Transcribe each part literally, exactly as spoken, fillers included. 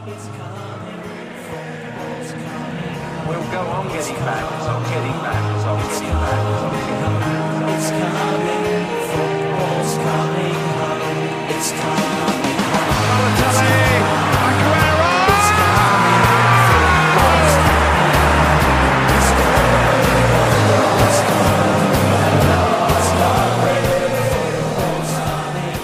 We'll go on getting back, so getting back, so getting back, so getting back. It's coming, football's coming home. It's coming home. Balotelli, Aguero! It's coming, football's coming home. It's coming, football's coming home. It's coming, football's coming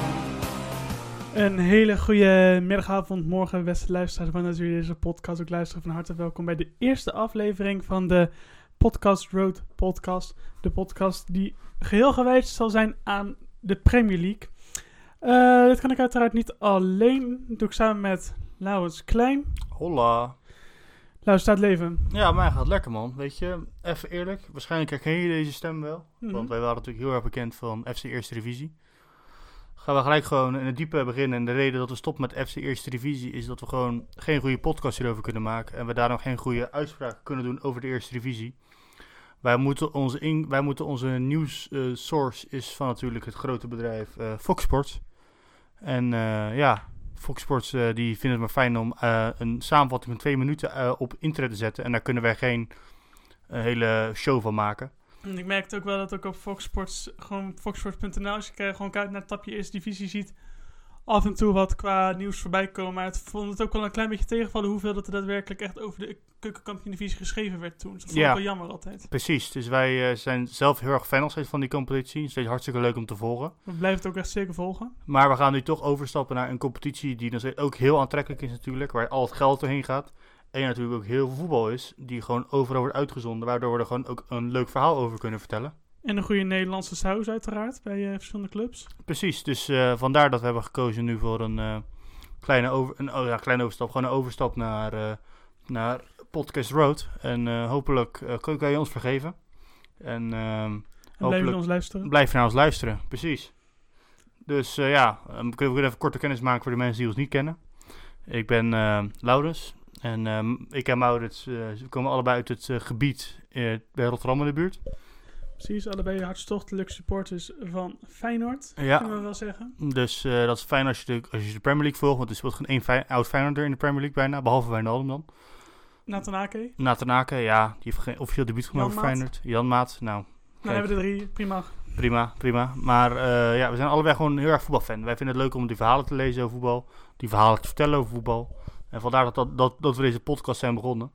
home. Een hele goede middagavond, morgen, beste luisteraars van jullie deze podcast ook luisteren. Van harte welkom bij de eerste aflevering van de Podcast Road podcast. De podcast die geheel gewijd zal zijn aan de Premier League. Uh, dit kan ik uiteraard niet alleen. Dat doe ik samen met Laurens Klein. Hola. Laurens, staat leven? Ja, mij gaat lekker, man. Weet je, even eerlijk. Waarschijnlijk herken je deze stem wel. Mm-hmm. Want wij waren natuurlijk heel erg bekend van F C Eerste Divisie. Gaan we gelijk gewoon in het diepe beginnen. En de reden dat we stoppen met F C Eerste Divisie is dat we gewoon geen goede podcast hierover kunnen maken. En we daarom geen goede uitspraak kunnen doen over de Eerste Divisie. Wij moeten onze, in, wij moeten onze nieuws uh, source is van natuurlijk het grote bedrijf uh, Fox Sports. En uh, ja, Fox Sports uh, die vinden het maar fijn om uh, een samenvatting van twee minuten uh, op internet te zetten. En daar kunnen wij geen uh, hele show van maken. Ik merkte ook wel dat ook op Fox Sports, gewoon fox sports punt n l, als je kijkt, gewoon kijkt naar het tapje Eerste Divisie, ziet af en toe wat qua nieuws voorbij komen. Maar het vond het ook wel een klein beetje tegenvallen hoeveel dat er daadwerkelijk echt over de keukenkampioen-divisie geschreven werd toen. Dus dat vond ik Ja, wel jammer altijd. Precies, dus wij uh, zijn zelf heel erg fan nog steeds van die competitie. Steeds hartstikke leuk om te volgen. We blijven het ook echt zeker volgen. Maar we gaan nu toch overstappen naar een competitie die nog steeds ook heel aantrekkelijk is natuurlijk. Waar al het geld doorheen gaat. En natuurlijk ook heel veel voetbal is. Die gewoon overal wordt uitgezonden. Waardoor we er gewoon ook een leuk verhaal over kunnen vertellen. En een goede Nederlandse saus uiteraard bij uh, verschillende clubs. Precies, dus uh, vandaar dat we hebben gekozen nu voor een, uh, kleine, over, een oh ja, kleine overstap. Gewoon een overstap naar, uh, naar Podcast Road. En uh, hopelijk uh, kan, kan je ons vergeven. En, uh, En blijf je ons luisteren. Blijf je naar ons luisteren, precies. Dus uh, ja, um, kunnen we even korte kennis maken voor de mensen die ons niet kennen. Ik ben uh, Laurens. En um, ik en Maurits uh, we komen allebei uit het uh, gebied uh, bij Rotterdam in de buurt. Precies, allebei hartstochtelijke supporters van Feyenoord, Ja. kunnen we wel zeggen. Dus uh, dat is fijn als je, de, als je de Premier League volgt, want er speelt gewoon één Fey- oud Feyenoorder in de Premier League bijna, behalve Wijnaldum dan. Nathan Ake. Nathan Ake, ja, die heeft geen officieel debuut genomen voor Feyenoord. Jan Maat, nou. Dan hebben we er drie, prima. Prima, prima. Maar uh, ja, we zijn allebei gewoon heel erg voetbalfan. Wij vinden het leuk om die verhalen te lezen over voetbal, die verhalen te vertellen over voetbal. En vandaar dat, dat, dat, dat we deze podcast zijn begonnen.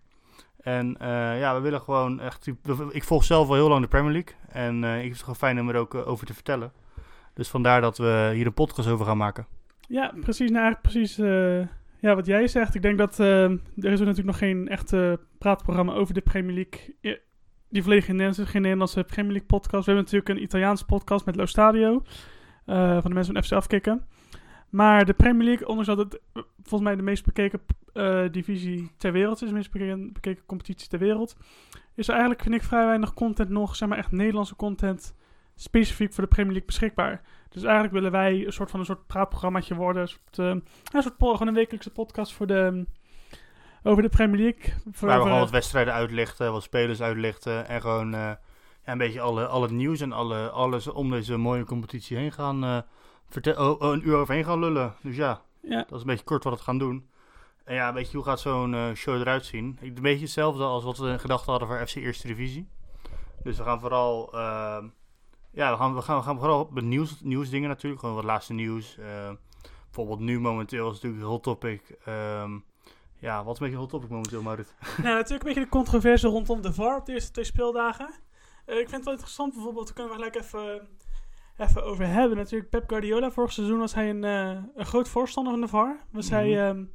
En uh, ja, we willen gewoon echt... Ik volg zelf al heel lang de Premier League. En uh, ik vind het gewoon fijn om er ook uh, over te vertellen. Dus vandaar dat we hier een podcast over gaan maken. Ja, precies. Nou, eigenlijk precies uh, ja, wat jij zegt. Ik denk dat uh, er is natuurlijk nog geen echte praatprogramma over de Premier League. Die volledig in Nederlands is. Geen Nederlandse Premier League podcast. We hebben natuurlijk een Italiaanse podcast met Lo Stadio. Uh, van de mensen van F C Afkikken. Maar de Premier League, ondanks dat het volgens mij de meest bekeken uh, divisie ter wereld is, de meest bekeken, bekeken competitie ter wereld, is er eigenlijk, vind ik, vrij weinig content nog, zeg maar echt Nederlandse content, specifiek voor de Premier League beschikbaar. Dus eigenlijk willen wij een soort van een soort praatprogrammaatje worden, een soort, uh, een soort po- gewoon een wekelijkse podcast voor de, over de Premier League. Voor, Waar we voor, gewoon wat wedstrijden uitlichten, wat spelers uitlichten en gewoon uh, ja, een beetje alle, al het nieuws en alle, alles om deze mooie competitie heen gaan uh, Vertel, oh, een uur overheen gaan lullen. Dus ja, ja, dat is een beetje kort wat we gaan doen. En ja, weet je, hoe gaat zo'n uh, show eruit zien? Ik, een beetje hetzelfde als wat we gedacht hadden voor F C Eerste Divisie. Dus we gaan vooral... Uh, ja, we gaan, we, gaan, we gaan vooral met nieuws, nieuwsdingen natuurlijk. Gewoon wat laatste nieuws. Uh, bijvoorbeeld nu momenteel is natuurlijk een hot topic. Um, ja, wat is een beetje een hot topic momenteel, Maurits? Nou, natuurlijk een beetje de controverse rondom de V A R op de eerste twee speeldagen. Uh, ik vind het wel interessant, bijvoorbeeld, daar kunnen we gelijk even... Uh, Even over hebben. Natuurlijk, Pep Guardiola, vorig seizoen was hij een, uh, een groot voorstander van de V A R. Was mm-hmm. hij, um,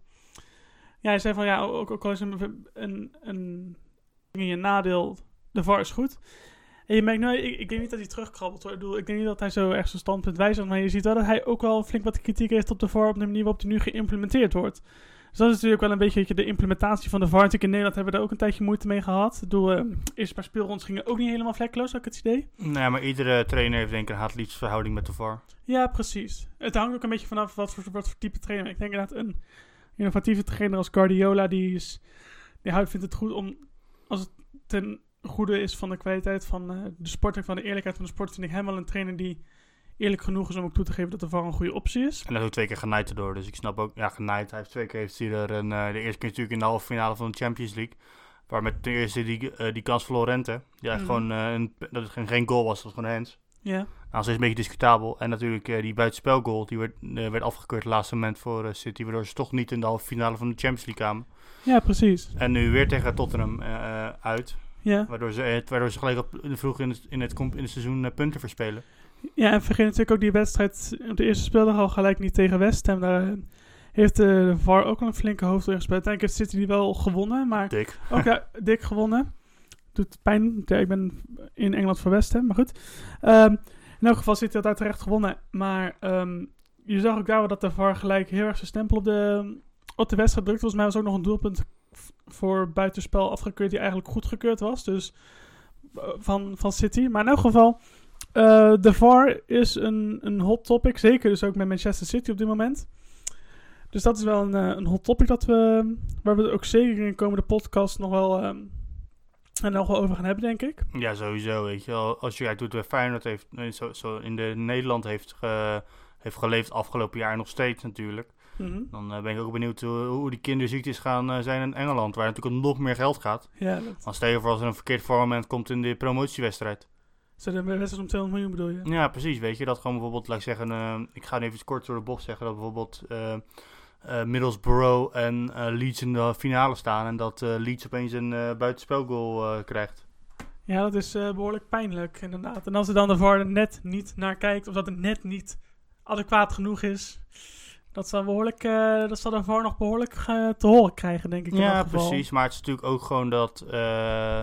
ja, hij zei van ja, ook, ook al is een, een, een, een nadeel, de V A R is goed. En je merkt, nou, ik, ik denk niet dat hij terugkrabbelt hoor. Ik, bedoel, ik denk niet dat hij zo echt zijn standpunt wijzigt, maar je ziet wel dat hij ook wel flink wat kritiek heeft op de V A R op de manier waarop die nu geïmplementeerd wordt. Dus dat is natuurlijk wel een beetje, beetje de implementatie van de V A R. Natuurlijk in Nederland hebben we daar ook een tijdje moeite mee gehad. Ik bedoel, uh, eerst een paar speelrondes gingen ook niet helemaal vlekkeloos, had ik het idee. Nou ja, maar iedere trainer heeft denk ik een haat-liefdesverhouding met de V A R. Ja, precies. Het hangt ook een beetje vanaf wat voor, wat voor type trainer. Ik denk inderdaad een innovatieve trainer als Guardiola, die, is, die houdt, vindt het goed om, als het ten goede is van de kwaliteit van uh, de sport en van de eerlijkheid van de sport, vind ik hem wel een trainer die eerlijk genoeg is om ook toe te geven dat de V A R een goede optie is. En dat is ook twee keer genaaid erdoor. Dus ik snap ook, ja, genaaid. Hij heeft twee keer heeft hij er een, uh, de eerste keer natuurlijk in de halve finale van de Champions League. Waar met de eerste die, uh, die kans verloor Rente. Ja, mm-hmm. gewoon, uh, een, dat het geen, geen goal was, dat was gewoon hands. Ja. Yeah. Nou, dat is een beetje discutabel. En natuurlijk uh, die buitenspelgoal, die werd, uh, werd afgekeurd het laatste moment voor uh, City. Waardoor ze toch niet in de halve finale van de Champions League kwamen. Ja, precies. En nu weer tegen Tottenham uh, uit. Ja. Waardoor ze, waardoor ze gelijk op, vroeg in het, in het, in het seizoen uh, punten verspelen. Ja, en vergeet natuurlijk ook die wedstrijd op de eerste speeldag al gelijk niet tegen West Ham. Daar heeft uh, de V A R ook al een flinke hoofdrol in gespeeld. Uiteindelijk heeft City die wel gewonnen, maar dik. ook ja, dik gewonnen. Doet pijn. Ja, ik ben in Engeland voor West Ham, maar goed. Um, in elk geval City had daar terecht gewonnen. Maar um, je zag ook daar wel dat de V A R gelijk heel erg zijn stempel op de, op de wedstrijd drukt. Volgens mij was ook nog een doelpunt voor buitenspel afgekeurd die eigenlijk goedgekeurd was. Dus uh, van, van City. Maar in elk geval... Uh, de V A R is een, een hot topic, zeker dus ook met Manchester City op dit moment. Dus dat is wel een, uh, een hot topic dat we, waar we het ook zeker in de komende podcast nog wel, um, en nog wel over gaan hebben, denk ik. Ja, sowieso, weet je wel. Als je kijkt hoe het bij Feyenoord heeft, zo, zo in de Nederland heeft, ge, heeft geleefd afgelopen jaar nog steeds natuurlijk. Mm-hmm. Dan uh, ben ik ook benieuwd hoe, hoe die kinderziektes gaan uh, zijn in Engeland, waar natuurlijk nog meer geld gaat. Ja, dat... Dan stel je voor als er een verkeerd voormoment komt in de promotiewedstrijd. Zo de wedstrijd om tweehonderd miljoen bedoel je? Ja, precies. Weet je, dat gewoon bijvoorbeeld, laat ik zeggen, uh, ik ga even kort door de bocht zeggen, dat bijvoorbeeld uh, uh, Middlesbrough en uh, Leeds in de finale staan en dat uh, Leeds opeens een uh, buitenspelgoal uh, krijgt. Ja, dat is uh, behoorlijk pijnlijk, inderdaad. En als er dan de V A R er net niet naar kijkt, of dat het net niet adequaat genoeg is, dat zal, behoorlijk, uh, dat zal de V A R nog behoorlijk uh, te horen krijgen, denk ik. In ja, dat geval. Precies. Maar het is natuurlijk ook gewoon dat... Uh,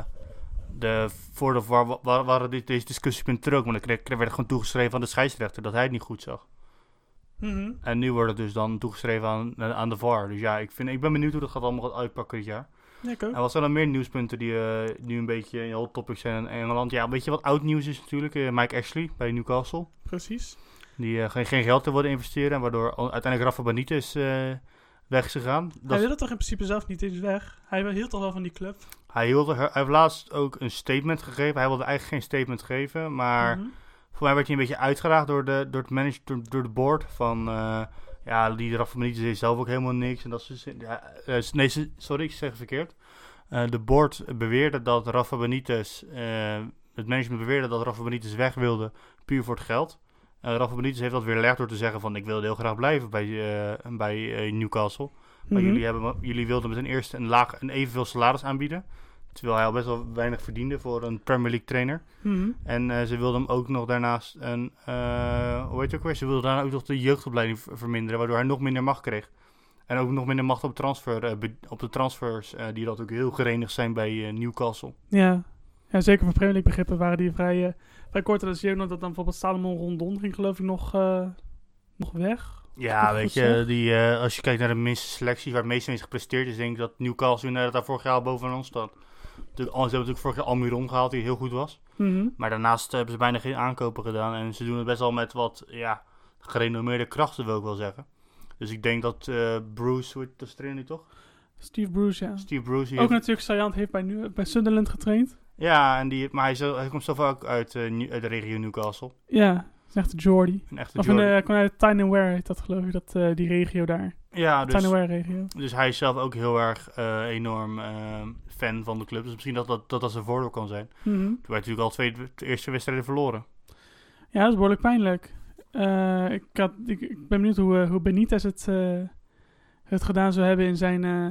De, voor de V A R wa- waren dit, deze discussiepunten er ook, maar dan kreeg, kreeg, werd gewoon toegeschreven aan de scheidsrechter dat hij het niet goed zag. Mm-hmm. En nu wordt het dus dan toegeschreven aan, aan de V A R. Dus ja, ik, vind, ik ben benieuwd hoe dat gaat allemaal gaat uitpakken dit jaar. Ja, ik ook. Er was wel meer nieuwspunten die uh, nu een beetje in hot topic zijn in Engeland. Ja, weet je wat oud nieuws is natuurlijk? Uh, Mike Ashley bij Newcastle. Precies. Die uh, geen, geen geld te worden investeren, waardoor uiteindelijk Rafa Benitez uh, weg is gegaan. Dat hij wil het toch in principe zelf niet eens weg? Hij hield toch wel van die club? Hij, hield, hij heeft laatst ook een statement gegeven. Hij wilde eigenlijk geen statement geven, maar mm-hmm. voor mij werd hij een beetje uitgeraagd door de, door het manage, door, door de board. Van, uh, ja, die Rafa Benitez is zelf ook helemaal niks. En dat is, ja, uh, nee, sorry, ik zeg het verkeerd. Uh, de board beweerde dat Rafa Benitez, uh, het management beweerde dat Rafa Benitez weg wilde, puur voor het geld. Uh, Rafa Benitez heeft dat weer gelegd door te zeggen van, ik wil heel graag blijven bij, uh, bij uh, Newcastle. Maar mm-hmm. jullie, hebben, jullie wilden met een eerste een, laag, een evenveel salaris aanbieden. Terwijl hij al best wel weinig verdiende voor een Premier League trainer. Mm-hmm. En uh, ze wilden hem ook nog daarnaast een... Uh, hoe heet het ook weer? Ze wilden daarna ook nog de jeugdopleiding v- verminderen. Waardoor hij nog minder macht kreeg. En ook nog minder macht op, transfer, uh, be- op de transfers. Uh, die dat ook heel gerenigd zijn bij uh, Newcastle. Ja. ja, zeker voor Premier League begrippen waren die vrij, uh, vrij kort. En dan zie je ook nog dat dan bijvoorbeeld Salomon Rondon ging geloof ik nog, uh, nog weg. Ja, weet je, die, uh, als je kijkt naar de minste selecties waar het meeste is gepresteerd is, denk ik dat Newcastle inderdaad daar vorig jaar al bovenaan staat. Ze hebben natuurlijk vorig jaar Almiron gehaald, die heel goed was. Mm-hmm. Maar daarnaast hebben ze bijna geen aankopen gedaan. En ze doen het best wel met wat, ja, gerenommeerde krachten, wil ik wel zeggen. Dus ik denk dat uh, Bruce, hoe heet dat trainer nu toch? Steve Bruce, ja. Steve Bruce. Ook heeft... natuurlijk Sajant heeft bij, nu, bij Sunderland getraind. Ja, en die, maar hij, zo, hij komt zelf ook uit, uh, uit de regio Newcastle. Ja. Een echte Geordie. Een echte of Geordie. Een, uh, kwam uit Tyne-and-Wear heet dat geloof ik, dat, uh, die regio daar. Ja, dus, Tyne-and-Wear-regio. Dus hij is zelf ook heel erg uh, enorm uh, fan van de club. Dus misschien dat dat, dat, dat zijn voordeel kan zijn. Mm-hmm. Toen werd natuurlijk al twee de eerste wedstrijden verloren. Ja, dat is behoorlijk pijnlijk. Uh, ik, had, ik, ik ben benieuwd hoe, uh, hoe Benitez het, uh, het gedaan zou hebben in zijn, uh,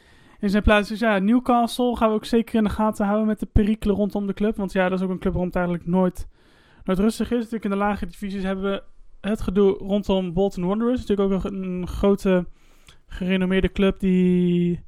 in zijn plaats. Dus ja, Newcastle gaan we ook zeker in de gaten houden met de perikelen rondom de club. Want ja, dat is ook een club waarom het eigenlijk nooit... nooit rustig is. Natuurlijk in de lage divisies hebben we het gedoe rondom Bolton Wanderers. Natuurlijk ook een, een grote gerenommeerde club die,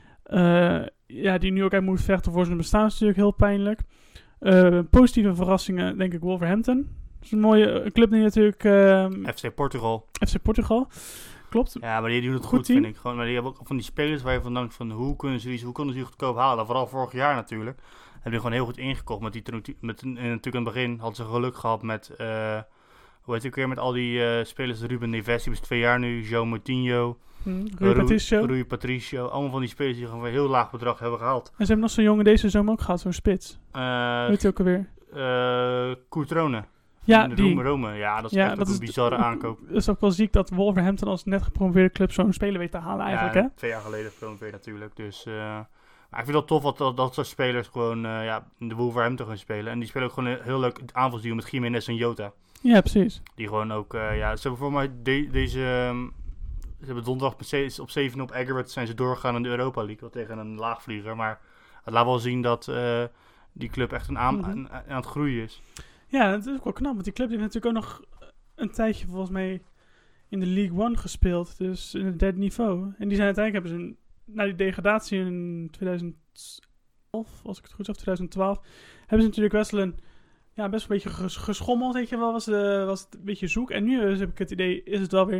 uh, ja, die nu ook uit moet vechten voor zijn bestaan. Dat is natuurlijk heel pijnlijk. Uh, positieve verrassingen, denk ik, Wolverhampton. Dat is een mooie een club die natuurlijk... Uh, F C Portugal. F C Portugal, klopt. Ja, maar die doen het goed, goed vind ik. Gewoon, maar die hebben ook van die spelers waar je van denkt van hoe kunnen ze die, hoe kunnen ze die goedkoop halen. Vooral vorig jaar natuurlijk. Hebben die gewoon heel goed ingekocht. Met die, met, en natuurlijk aan het begin hadden ze geluk gehad met, uh, hoe heet het weer, met al die uh, spelers. Ruben Neves, die is twee jaar nu. João Moutinho. Hmm, Rui uh, Patricio. Rui Patricio. Allemaal van die spelers die gewoon voor een heel laag bedrag hebben gehaald. En ze hebben nog zo'n jongen deze zomer ook gehad, zo'n spits. Uh, Weet je ook alweer? Uh, Courtrone Ja, in die, Rome, Rome. Ja, dat is ja, echt dat ook is een bizarre ook- aankoop. Het is ook wel ziek dat Wolverhampton als net gepromoveerde club zo'n speler weet te halen eigenlijk, ja, hè? twee jaar geleden gepromoveerd natuurlijk. Dus, uh, maar ik vind het tof dat dat, dat soort spelers gewoon uh, ja, in de Wolverhampton gaan spelen. En die spelen ook gewoon een heel leuk aanvalsduo met Jiménez en Jota. Ja, precies. Die gewoon ook, uh, ja, ze hebben voor mij de, deze, um, ze hebben donderdag op ze- op zeven op Aggregate zijn ze doorgegaan in de Europa League, wel tegen een laagvlieger. Maar het laat wel zien dat uh, die club echt een aan, Mhm. aan, aan het groeien is. Ja, dat is ook wel knap, want die club die heeft natuurlijk ook nog een tijdje volgens mij in de League One gespeeld, dus in het derde niveau. En die zijn uiteindelijk, hebben ze een, na die degradatie in twintig elf, als ik het goed zeg, twintig twaalf, hebben ze natuurlijk best wel een, ja, best wel een beetje ges- geschommeld, weet je wel, was, de, was het een beetje zoek. En nu dus heb ik het idee, is het wel weer,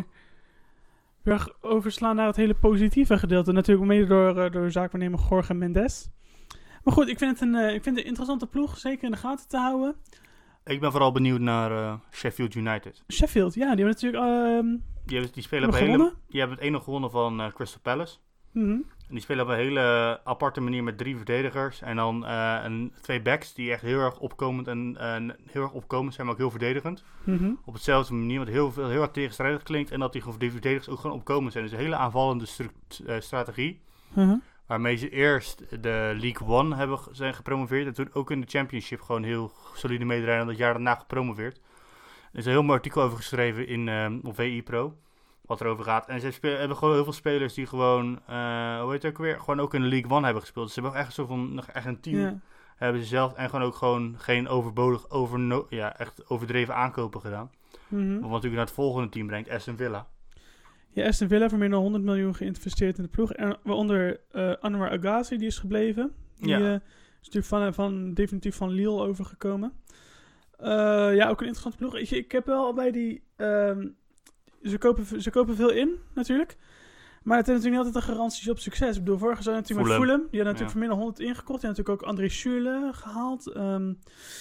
weer overslaan naar het hele positieve gedeelte. Natuurlijk mede door, uh, door zaakwaarnemer Jorge Mendes. Maar goed, ik vind het een, uh, ik vind het een interessante ploeg, zeker in de gaten te houden. Ik ben vooral benieuwd naar uh, Sheffield United. Sheffield, ja, die hebben natuurlijk ehm Die, hebben, die spelen op hebben een hele, gewonnen. die hebben het ene gewonnen van uh, Crystal Palace. Mhm. En die spelen op een hele aparte manier met drie verdedigers. En dan uh, een, twee backs die echt heel erg opkomend en uh, heel erg opkomend zijn, maar ook heel verdedigend. Mhm. Op hetzelfde manier, wat heel, veel, heel erg tegenstrijdig klinkt. En dat die, gewoon, die verdedigers ook gewoon opkomend zijn. Dus een hele aanvallende stru- uh, strategie. Mhm. Waarmee ze eerst de League One hebben, ge- zijn gepromoveerd. En toen ook in de Championship gewoon heel solide meedraaien. En dat jaar daarna gepromoveerd. Er is een heel mooi artikel over geschreven in um, op W I Pro. Wat erover gaat. En ze spelen, hebben gewoon heel veel spelers die gewoon, uh, hoe heet het ook weer? Gewoon ook in de League One hebben gespeeld. Dus ze hebben ook echt zo van, nog echt een team Ja. hebben ze zelf. En gewoon ook gewoon geen overbodig, overno- ja, echt overdreven aankopen gedaan. Mhm. Wat natuurlijk naar het volgende team brengt, Aston Villa. Ja, Aston Villa heeft meer dan honderd miljoen geïnvesteerd in de ploeg. En waaronder uh, Anwar Agassi, die is gebleven. Die Ja. uh, is natuurlijk van, van, definitief van Lille overgekomen. Uh, ja, ook een interessante ploeg. Ik, ik heb wel bij die... Um, ze, kopen, ze kopen veel in, natuurlijk. Maar het is natuurlijk niet altijd een garantie op succes. Ik bedoel, vorige jaar natuurlijk Fulham. met Fulham. Die hadden natuurlijk Ja. voor meer dan honderd ingekocht. Die hadden natuurlijk ook André Schürrle gehaald. Um,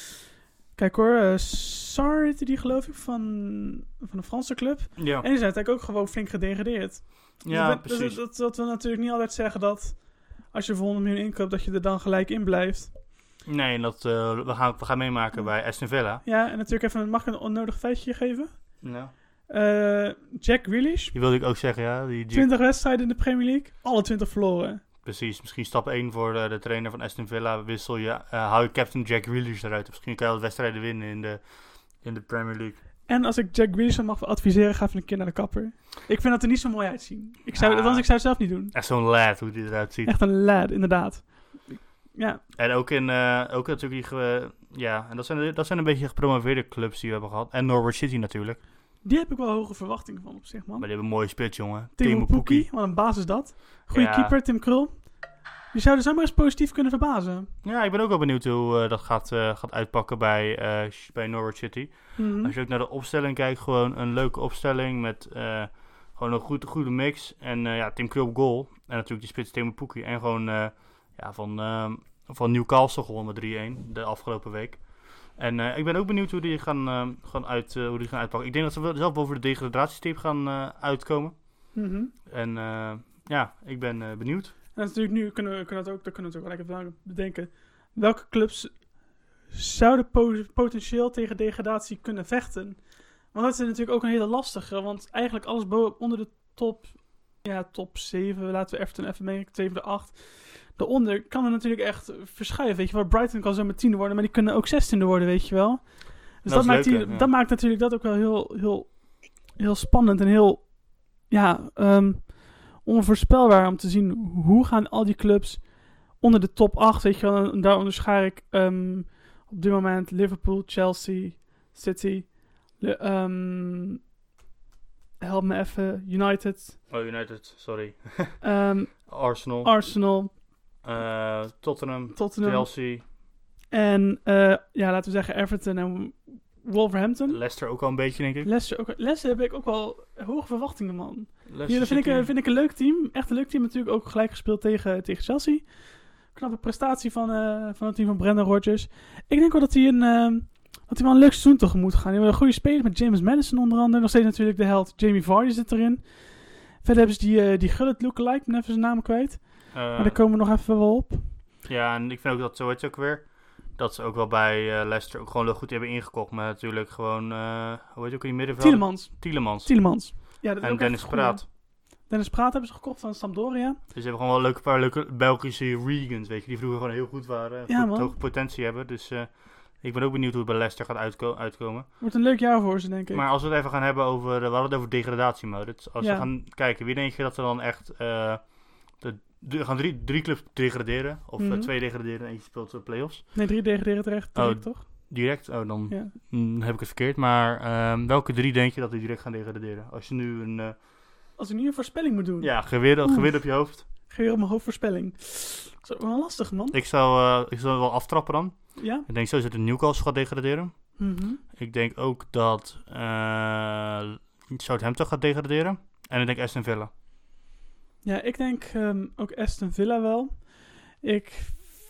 kijk hoor, uh, Sarr heette die geloof ik, van, van de Franse club. Ja, En die zijn uiteindelijk ook gewoon flink gedegradeerd. ja Dus dat, precies. Dat, dat, dat wil natuurlijk niet altijd zeggen dat als je voor honderd miljoen inkoopt, dat je er dan gelijk in blijft. Nee, dat, uh, we, gaan, we gaan meemaken Ja. bij Aston Villa. Ja, en natuurlijk even, mag ik een onnodig feitje geven? Ja. Uh, Jack Grealish, Die wilde ik ook zeggen, ja. Die, die, twintig wedstrijden in de Premier League, alle twintig verloren. Precies, misschien stap één voor de, de trainer van Aston Villa. Wissel je, uh, hou je captain Jack Grealish eruit. Misschien kan je wel wedstrijden winnen in de, in de Premier League. En als ik Jack Grealish mag adviseren, ga even een keer naar de kapper. Ik vind dat er niet zo mooi uitzien. Ik zou, Ah. althans, ik zou het zelf niet doen. Echt zo'n lad hoe die eruit ziet. Echt een lad, inderdaad. Ja, En ook in, uh, ook natuurlijk die, ge- ja, en dat zijn, dat zijn een beetje gepromoveerde clubs die we hebben gehad. En Norwich City natuurlijk. die heb ik wel hoge verwachtingen van op zich, man. Maar die hebben een mooie spits, jongen. Timo Pukki, wat een baas is dat. Goeie Ja. keeper, Tim Krul. Die zouden zomaar eens positief kunnen verbazen. Ja, ik ben ook wel benieuwd hoe uh, dat gaat, uh, gaat uitpakken bij, uh, sh- bij Norwich City. Mhm. Als je ook naar de opstelling kijkt, gewoon een leuke opstelling met uh, gewoon een goed, goede mix. En uh, ja, Tim Krul op goal. En natuurlijk die spits Timo Pukki. En gewoon uh, ja, van, uh, van Newcastle gewonnen met drie een de afgelopen week. En uh, ik ben ook benieuwd hoe die gaan, uh, gaan, uit, uh, hoe die gaan uitpakken. Ik denk dat ze wel zelf boven de degradatiestreep gaan uh, uitkomen. Mhm. En uh, ja, ik ben uh, benieuwd. En natuurlijk nu kunnen we, kunnen we het ook, daar kunnen we het ook gelijk even bedenken. Welke clubs zouden po- potentieel tegen degradatie kunnen vechten? Want dat is natuurlijk ook een hele lastige. Want eigenlijk alles bo- onder de top, ja, top zeven, laten we Everton even mee, zeven, acht. Daaronder kan er natuurlijk echt verschuiven. Weet je wel, Brighton kan zo met tiende worden, maar die kunnen ook zestiende worden, weet je wel. Dus dat, Dat is maakt, leuk, die, hè, ja. dat maakt natuurlijk dat ook wel heel, heel, heel spannend en heel, ja, um, onvoorspelbaar om te zien hoe gaan al die clubs onder de top acht, weet je wel. En daar onderschaar ik um, op dit moment Liverpool, Chelsea, City, le- um, help me even, United, Oh, United, sorry. um, Arsenal, Arsenal, uh, Tottenham, Tottenham Chelsea, en uh, ja, laten we zeggen Everton en Wolverhampton. Leicester ook al een beetje, denk ik. Leicester, ook, Leicester heb ik ook wel hoge verwachtingen, man. Leicester Ja, dat vind ik, City. een- vind ik een leuk team. Echt een leuk team. Natuurlijk ook gelijk gespeeld tegen, tegen Chelsea. Knappe prestatie van, uh, van het team van Brendan Rodgers. Ik denk wel dat hij een, uh, dat hij wel een leuk seizoen tegemoet gaan. Die hebben een goede speler met James Madison onder andere. Nog steeds natuurlijk de held Jamie Vardy zit erin. Verder hebben ze die, uh, die Gullit lookalike. Ik ben even zijn naam kwijt. Uh, maar daar komen we nog even wel op. Ja, en ik vind ook dat, zo heet het ook weer, dat ze ook wel bij uh, Leicester ook gewoon goed hebben ingekocht. Maar natuurlijk gewoon, uh, hoe heet je ook in die middenveld? Tielemans. Tielemans. Tielemans. Ja, dat is En ook Dennis echt een goeie. Praat. Dennis Praat hebben ze gekocht van Sampdoria. Dus ze hebben gewoon wel leuke, paar leuke Belgische Regans, weet je. Die vroeger gewoon heel goed waren. En Ja, goed, man. hoge potentie hebben. Dus uh, ik ben ook benieuwd hoe het bij Leicester gaat uitko- uitkomen. Wordt een leuk jaar voor ze, denk ik. Maar als we het even gaan hebben over, uh, we hadden het over degradatiemodus. Als Ja. we gaan kijken, wie denk je dat er dan echt, uh, de, de, er gaan drie, drie clubs degraderen. Of Mhm. uh, twee degraderen en eentje speelt de play-offs. Nee, drie degraderen terecht, Oh, direct, toch? Direct? Oh, dan Ja. mm, heb ik het verkeerd. Maar um, welke drie denk je dat die direct gaan degraderen? Als je nu een, uh, Als ik nu een voorspelling moet doen. ja, geweer, Oeh. geweer op je hoofd. Ga je op mijn hoofdvoorspelling. Dat is wel lastig, man. Ik zou, uh, ik zou wel aftrappen dan. Ja? Ik denk sowieso dat de Newcastle gaat degraderen. Mhm. Ik denk ook dat uh, Southampton gaat degraderen. En ik denk Aston Villa. Ja, ik denk um, ook Aston Villa wel. Ik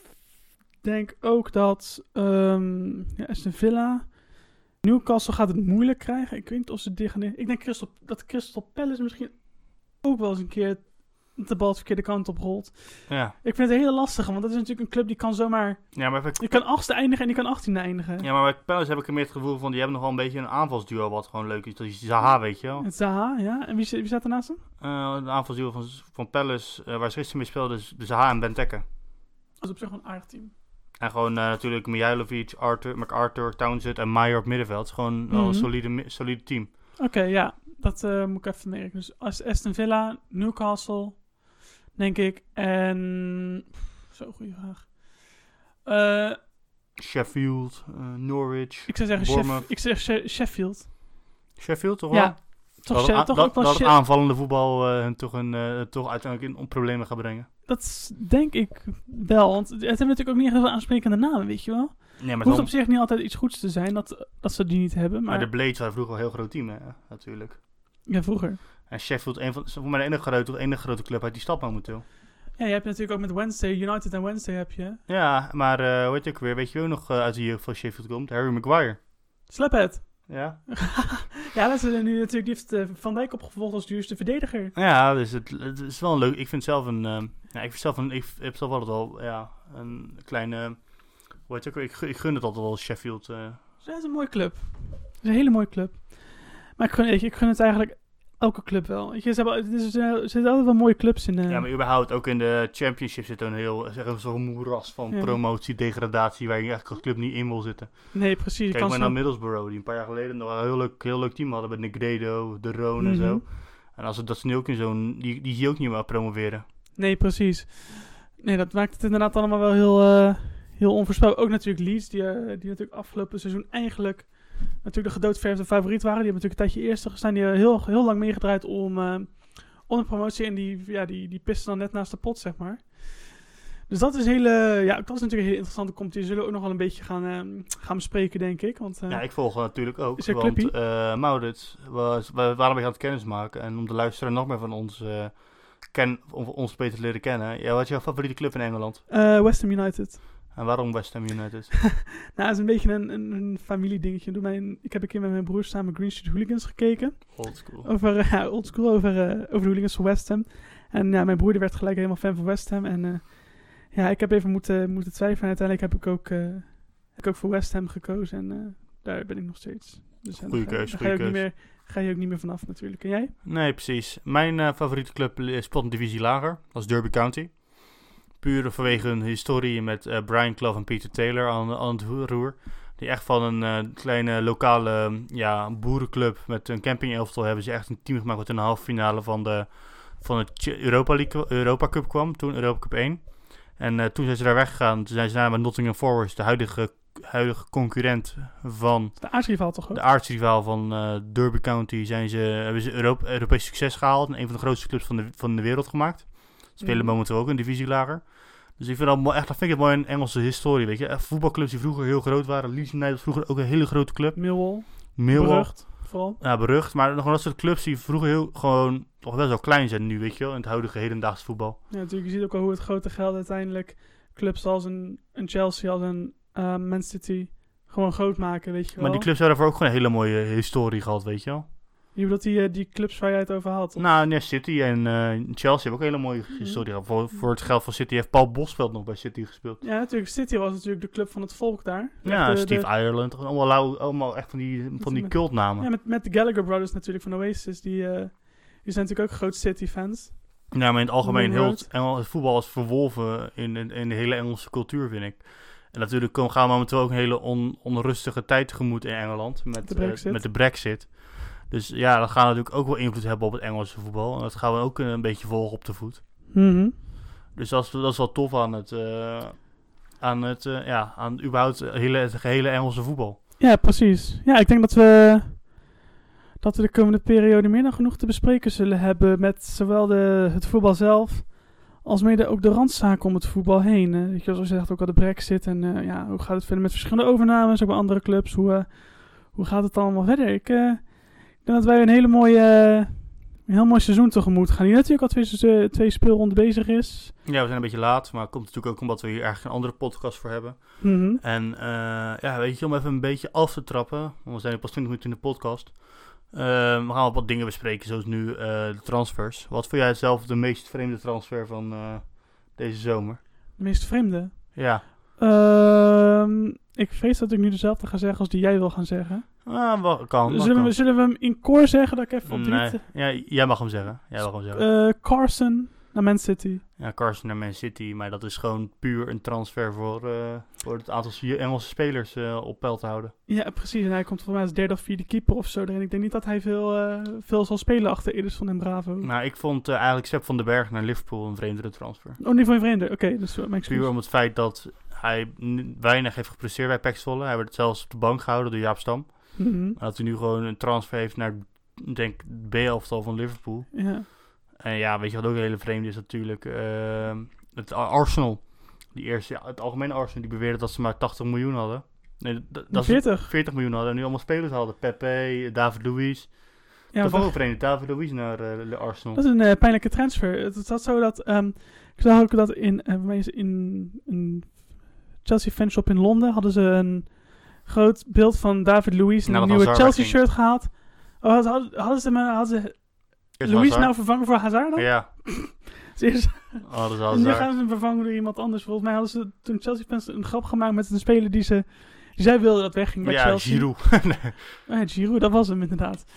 denk ook dat um, ja, Aston Villa... Newcastle gaat het moeilijk krijgen. Ik weet niet of ze degraderen. Ik denk Crystal, dat Crystal Palace misschien ook wel eens een keer de bal de verkeerde kant op rolt. Ja, Ik vind het een hele lastige, want dat is natuurlijk een club die kan zomaar... ja maar, bij, Die kan achtste eindigen en die kan achttiende eindigen. ja, maar bij Palace heb ik meer het gevoel van... die hebben nog wel een beetje een aanvalsduo wat gewoon leuk is. Dat is Zaha, weet je wel. Het Zaha, ja. En wie, wie staat ernaast hem? Uh, de aanvalsduo van, van Palace, uh, waar ze gisteren mee speelden, is de Zaha en Benteke. Dat is op zich wel een aardig team. En gewoon uh, natuurlijk Mijailovic, Arthur, MacArthur, Townsend en Maier op middenveld. Het is gewoon wel Mhm. een solide, mi- solide team. Oké, okay, ja. Dat uh, moet ik even merken. Dus als Aston Villa, Newcastle, denk ik. En... Zo, goede vraag. Uh, Sheffield, uh, Norwich, ik zou zeggen, Bournemouth. Sheff- ik zeg She- Sheffield. Sheffield toch wel? Ja, toch, dat She- het, toch dat, ook wel dat het She- aanvallende voetbal uh, hun toch, een, uh, toch uiteindelijk in problemen gaat brengen. Dat is, denk ik wel. Want het hebben natuurlijk ook niet echt heel veel aansprekende namen, weet je wel. Nee, maar, Het hoeft dan, op zich niet altijd iets goeds te zijn dat, dat ze die niet hebben. Maar, maar de Blades waren vroeger wel een heel groot team, hè, natuurlijk. ja, vroeger. En Sheffield, een van, voor mij de enige grote, enige grote club uit die stad momenteel. Ja, je hebt natuurlijk ook met Wednesday, United en Wednesday heb je. Ja, maar uh, hoe heet je ook weer? Weet je wie ook nog uh, uit de jeugd van Sheffield komt? Harry Maguire. Slaphead. Ja? Ja, dat is uh, nu natuurlijk, die heeft uh, Van Dijk opgevolgd als duurste verdediger. Ja, dus het, het is wel een leuk. Ik vind zelf een. Uh, ja, ik vind zelf een. Ik heb zelf altijd wel. Ja, een kleine. Hoe heet je ook weer? Ik, gun- ik gun het altijd wel Sheffield. Uh. Dus dat is een mooie club. Dat is een hele mooie club. Maar ik gun, ik, ik gun het eigenlijk elke club wel. Weet je, ze hebben, er zitten altijd wel mooie clubs in. Uh, Ja, maar überhaupt ook in de Championship zit er een heel. Zeg een zo'n moeras van Ja. promotie, degradatie. Waar je eigenlijk als club niet in wil zitten. nee, precies. Kijk kan maar zo- naar Middlesbrough, die een paar jaar geleden nog een heel leuk, heel leuk team hadden met Negredo, De Roon en Mhm. zo. En als het dat ze nu ook in zo'n. Die, die zie je ook niet meer promoveren. Nee, precies. Nee, dat maakt het inderdaad allemaal wel heel, uh, heel onvoorspelbaar. Ook natuurlijk Leeds, die, uh, die natuurlijk afgelopen seizoen eigenlijk natuurlijk de gedoodverfde favoriet waren. Die hebben natuurlijk een tijdje eerste gestaan. Die hebben heel, heel lang meegedraaid om, uh, om de promotie. En die, ja, die, die pisten dan net naast de pot, zeg maar. Dus dat is, hele, ja, dat is natuurlijk een hele interessante competitie. Die zullen we ook nog wel een beetje gaan, uh, gaan bespreken, denk ik. Want, uh, Ja, ik volg het natuurlijk ook. Is er Want clubpie? uh, Maurits, was, we waren een beetje aan het kennis maken. En om de luisteraar nog meer van ons, uh, ken, om ons beter te leren kennen. Ja, wat is jouw favoriete club in Engeland? uh, West Ham United. En waarom West Ham United? Nou, het is een beetje een, een, een familiedingetje. Doe mijn, ik heb een keer met mijn broers samen Green Street Hooligans gekeken. Old school. Over, uh, ja, oldschool, over, uh, over de hooligans van West Ham. En ja, mijn broer werd gelijk helemaal fan van West Ham. En uh, ja, ik heb even moeten, moeten twijfelen. En uiteindelijk heb ik ook, uh, heb ik ook voor West Ham gekozen. En uh, daar ben ik nog steeds. Dus, uh, Goeie daar ga- keus, daar ga je goeie ook niet keus. meer, ga je ook niet meer vanaf natuurlijk. En jij? Nee, precies. Mijn uh, favoriete club uh, speelt een divisie lager. Dat is Derby County. Puur vanwege hun historie met uh, Brian Clough en Peter Taylor aan, aan het roer. Die echt van een uh, kleine lokale uh, ja, boerenclub met een camping-elftal hebben ze echt een team gemaakt wat in de halve finale van de, van de Europa, League, Europa Cup kwam. Toen Europa Cup één. En uh, toen zijn ze daar weggegaan. Toen zijn ze naar Nottingham Forest, de huidige, huidige concurrent van De aardsrivaal toch ook? de aartsrivaal van uh, Derby County. Zijn ze, hebben ze Europa, Europees succes gehaald en een van de grootste clubs van de, van de wereld gemaakt. Spelen Mhm. momenteel ook een divisie lager. Dus ik vind dat mo- echt, dat vind ik het mooi in Engelse historie, weet je. Echt voetbalclubs die vroeger heel groot waren. Leeds United was vroeger ook een hele grote club. Millwall. Millwall, Berucht, vooral. ja, berucht. Maar nog dat soort clubs die vroeger heel gewoon toch best wel klein zijn nu, weet je wel. In het huidige hedendaagse voetbal. Ja, natuurlijk, je ziet ook al hoe het grote geld uiteindelijk clubs als een, een Chelsea, als een uh, Man City gewoon groot maken, weet je wel. Maar die clubs hebben daarvoor ook gewoon een hele mooie historie gehad, weet je wel. Je bedoelt die, uh, die clubs waar jij het over had? Of? Nou, nee, City en uh, Chelsea hebben ook een hele mooie historie gehad. Voor, voor het geld van City heeft Paul Bosveld nog bij City gespeeld. Ja, natuurlijk. City was natuurlijk de club van het volk daar. Ja, de, Steve de, Ireland. Allemaal, lauw, allemaal echt van die, van die met, cultnamen. Ja, met, met de Gallagher Brothers natuurlijk van Oasis. Die, uh, die zijn natuurlijk ook groot City-fans. Ja, maar in het algemeen heel het, het voetbal is verwolven in, in, in de hele Engelse cultuur, vind ik. En natuurlijk gaan we momenteel ook een hele on, onrustige tijd tegemoet in Engeland. Met de Brexit. Uh, met de Brexit. Dus ja, dat gaat natuurlijk ook wel invloed hebben op het Engelse voetbal. En dat gaan we ook een beetje volgen op de voet. Mm-hmm. Dus dat is, dat is wel tof aan het, uh, aan het, uh, ja, aan überhaupt het hele, het gehele Engelse voetbal. Ja, precies. Ja, ik denk dat we, dat we de komende periode meer dan genoeg te bespreken zullen hebben met zowel de, het voetbal zelf, als mede ook de randzaken om het voetbal heen. Uh, je zoals je zegt ook al de Brexit en uh, ja, hoe gaat het verder met verschillende overnames, ook bij andere clubs. Hoe, uh, hoe gaat het allemaal verder? Ik... Uh, Ik denk dat wij een hele mooie, uh, een heel mooi seizoen tegemoet gaan. Die natuurlijk al twee, uh, twee speelronden bezig is. Ja, we zijn een beetje laat, maar het komt natuurlijk ook omdat we hier eigenlijk een andere podcast voor hebben. Mm-hmm. En uh, ja, weet je, om even een beetje af te trappen, want we zijn nu pas twintig minuten in de podcast. Uh, we gaan wat dingen bespreken, zoals nu uh, de transfers. Wat vond jij zelf de meest vreemde transfer van uh, deze zomer? De meest vreemde? Ja. Uh, ik vrees dat ik nu dezelfde ga zeggen als die jij wil gaan zeggen. Ah, wel, kan. Zullen, kan. We, zullen we hem in koor zeggen? Dat ik even op nee. dit... Ja, jij mag hem zeggen. Jij mag hem zeggen. Uh, Carson naar Man City. Ja, Carson naar Man City. Maar dat is gewoon puur een transfer voor, uh, voor het aantal Engelse spelers uh, op peil te houden. Ja, precies. En hij komt voor mij als derde of vierde keeper of zo. En ik denk niet dat hij veel, uh, veel zal spelen achter Ederson en Bravo. Nou, ik vond uh, eigenlijk Sepp van den Berg naar Liverpool een vreemdere transfer. Oh, niet van een vreemde. Oké, okay, dus uh, mijn excuus. Puur om het feit dat hij n- weinig heeft gepresteerd bij P E C Zwolle. Hij werd zelfs op de bank gehouden door Jaap Stam. Mm-hmm. Dat hij nu gewoon een transfer heeft naar, denk ik, B-elftal van Liverpool. Ja. En ja, weet je wat ook een hele vreemde is natuurlijk? Uh, het Arsenal. Die eerste, ja, het algemene Arsenal, die beweerde dat ze maar tachtig miljoen hadden. Nee, d- dat veertig. Ze veertig miljoen hadden en nu allemaal spelers hadden. Pepe, David Luiz. Ja, dat vond ik ook vreemd. David Luiz naar uh, de Arsenal. Dat is een uh, pijnlijke transfer. Het is dat zo dat... Um, ik zag ook dat in, uh, in een Chelsea fanshop in Londen hadden ze een groot beeld van David Luiz in nou, een nieuwe Chelsea ging. shirt gehaald. Oh, hadden, hadden ze, hadden ze Luiz nou vervangen voor Hazard dan? Ja. Eerst, oh, dat en nu gaan ze hem vervangen door iemand anders. Volgens mij hadden ze toen Chelsea fans een grap gemaakt met een speler die ze die zij wilden dat wegging bij ja, Chelsea. Giroud. nee. oh, ja, Giroud, dat was hem inderdaad.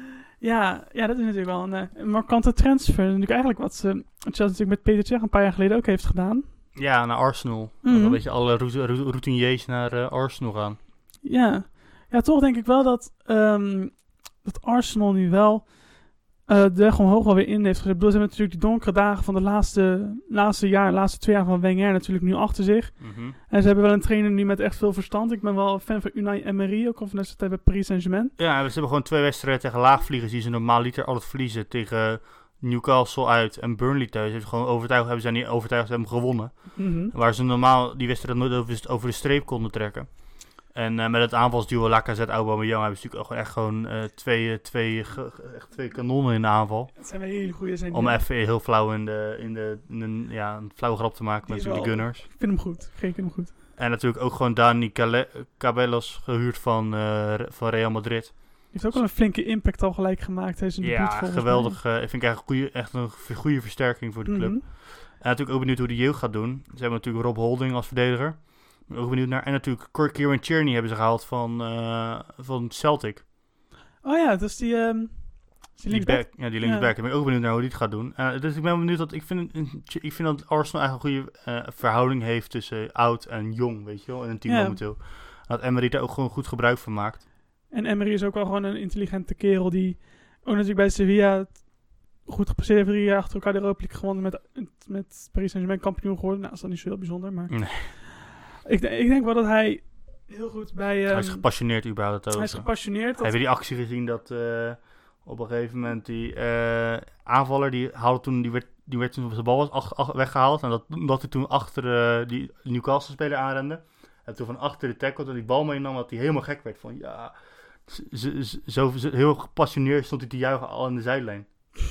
Ja, ja, dat is natuurlijk wel een, een markante transfer. Dat is natuurlijk eigenlijk wat ze, Chelsea natuurlijk met Peter Cech een paar jaar geleden ook heeft gedaan. Ja, naar Arsenal. Mm-hmm. Een beetje alle routiniers naar uh, Arsenal gaan. Ja. ja, toch denk ik wel dat, um, dat Arsenal nu wel uh, de weg omhoog wel weer in heeft gezet. Ik bedoel, ze hebben natuurlijk die donkere dagen van de laatste, laatste jaar, laatste twee jaar van Wenger natuurlijk nu achter zich. Mm-hmm. En ze hebben wel een trainer nu met echt veel verstand. Ik ben wel een fan van Unai Emery, ook al van de tijd bij Paris Saint-Germain. Ja, ze hebben gewoon twee wedstrijden tegen laagvliegers die ze normaal liter altijd verliezen. Tegen Newcastle uit en Burnley thuis. Hebben ze gewoon overtuigd, hebben ze niet overtuigd, hebben gewonnen. Mm-hmm. Waar ze normaal die wedstrijd nooit over, over de streep konden trekken. En uh, met het aanvalsduo Lacazette, Aubameyang hebben ze natuurlijk ook echt gewoon uh, twee, twee, ge, echt twee kanonnen in de aanval. Dat zijn wel hele goede zijn. Om even heel flauw in de, in de, in een, ja, een flauwe grap te maken met de Gunners. Ik vind hem goed. Ik vind hem goed. En natuurlijk ook gewoon Dani Cabellos gehuurd van, uh, van Real Madrid. Die heeft ook wel een flinke impact al gelijk gemaakt. Hij is een ja, geweldig. Uh, ik vind ik eigenlijk goeie, echt een goede versterking voor de club. Mm-hmm. En natuurlijk ook benieuwd hoe de jeugd gaat doen. Ze hebben natuurlijk Rob Holding als verdediger. Ik ben ook benieuwd naar. En natuurlijk Kieran Tierney hebben ze gehaald van, uh, van Celtic. Oh ja, dat is die, um, is die linksback. Die ja, die linksback. Ja. Ik ben ook benieuwd naar hoe die het gaat doen. Uh, dus ik ben benieuwd dat ik vind, ik vind dat Arsenal eigenlijk een goede uh, verhouding heeft tussen uh, oud en jong, weet je wel, in een team ja. momenteel. Dat Emery daar ook gewoon goed gebruik van maakt. En Emery is ook wel gewoon een intelligente kerel die ook natuurlijk bij Sevilla goed gepresteerd heeft, drie jaar achter elkaar de Europa League gewonnen met, met Paris Saint-Germain kampioen geworden. Nou, dat is dan niet zo heel bijzonder, maar nee. ik, ik denk wel dat hij heel goed bij... Um, hij is gepassioneerd überhaupt over. Hij is gepassioneerd. Heb je die actie gezien dat uh, op een gegeven moment die uh, aanvaller, die haalde toen, die werd, die werd toen op zijn bal was ach, ach, weggehaald. En dat, omdat hij toen achter uh, die Newcastle-speler aanrende. En toen van achter de tackle, toen die bal meenam, dat hij helemaal gek werd van ja... Z- z- zo, zo heel gepassioneerd stond hij te juichen al aan de zijlijn.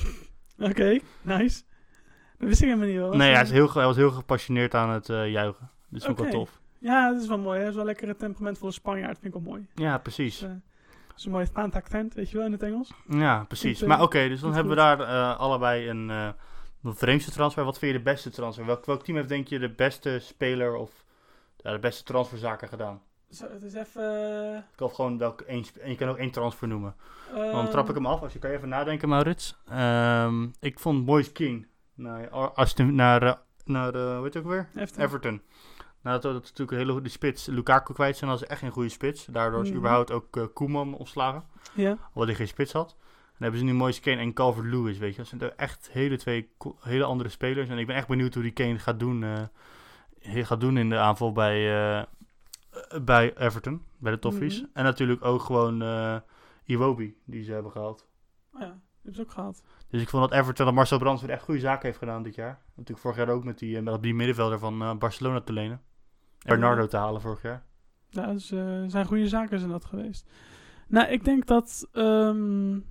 Oké, okay, nice. Dat wist ik helemaal niet wel. Nee, hij, is heel, hij was heel gepassioneerd aan het uh, juichen. Dus vond ik okay. wel tof. Ja, dat is wel mooi. Hij is wel lekker een temperamentvolle Spanjaard. Dat vind ik wel mooi. Ja, precies. Dus, uh, Zo'n mooi Fanta accent, weet je wel, in het Engels. Ja, precies. Goed, uh, maar oké, okay, dus dan goed, hebben we goed. daar uh, allebei een, uh, een vreemdste transfer. Wat vind je de beste transfer? Welk, welk team heeft denk je de beste speler of ja, de beste transferzaken gedaan? Zo, het is even... Ik kan gewoon welke één, en je kan ook één transfer noemen. Uh, Dan trap ik hem af, als je kan je even nadenken, Maurits. Um, ik vond Moise Kean naar, Aston, naar, uh, naar uh, hoe heet het ook weer? Everton. Everton. Nou, dat, dat is natuurlijk een hele goede spits. Lukaku kwijt zijn, dat is echt een goede spits. Daardoor is Mm-hmm. überhaupt ook uh, Koeman ontslagen. Ja. Omdat hij geen spits had. En dan hebben ze nu Moise Kean en Calvert-Lewin, weet je. Dat zijn echt hele twee co- hele andere spelers. En ik ben echt benieuwd hoe die Kean gaat doen, uh, gaat doen in de aanval bij, uh, bij Everton, bij de Toffees. Mm-hmm. En natuurlijk ook gewoon uh, Iwobi, die ze hebben gehaald. Oh ja, die hebben ze ook gehad. Dus ik vond dat Everton, dat Marcel Brands weer echt goede zaken heeft gedaan dit jaar. Natuurlijk vorig jaar ook met die, met die middenvelder van uh, Barcelona te lenen. En Bernardo te halen vorig jaar. Ja, dus uh, zijn goede zaken zijn dat geweest. Nou, ik denk dat um,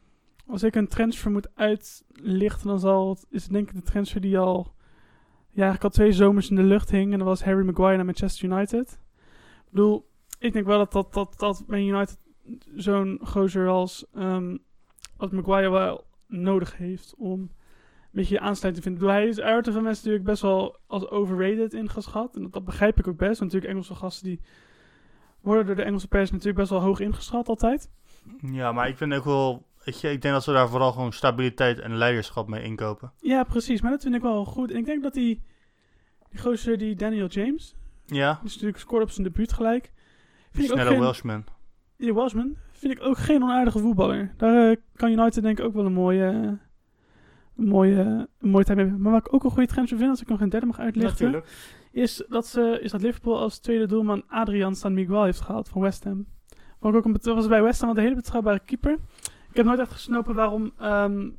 als ik een transfer moet uitlichten, dan zal het, is het denk ik de transfer die al, ja, eigenlijk al twee zomers in de lucht hing. En dat was Harry Maguire naar Manchester United. Ik bedoel, ik denk wel dat dat, dat, dat Man United zo'n gozer als, um, als Maguire wel nodig heeft om een beetje aansluiting te vinden. Ik bedoel, hij is, hij wordt er van mensen natuurlijk best wel als overrated ingeschat. En dat, dat begrijp ik ook best. Want natuurlijk Engelse gasten die worden door de Engelse pers natuurlijk best wel hoog ingeschat altijd. Ja, maar ik vind ook wel, weet je, ik denk dat ze daar vooral gewoon stabiliteit en leiderschap mee inkopen. Ja, precies. Maar dat vind ik wel goed. En ik denk dat die, die gozer, die Daniel James, ja, die is natuurlijk scoorde op zijn debuut gelijk. Vind snelle geen, Welshman. Die Welshman vind ik ook geen onaardige voetballer. Daar uh, kan United denk ik ook wel een mooie, uh, een mooie, een mooie tijd mee hebben. Maar wat ik ook een goede transfer vind, als ik nog een derde mag uitlichten, Natuurlijk. Is dat, ze, is dat Liverpool als tweede doelman Adrian San Miguel heeft gehaald van West Ham. Vond ik ook een bet- was bij West Ham een hele betrouwbare keeper. Ik heb nooit echt gesnopen waarom um,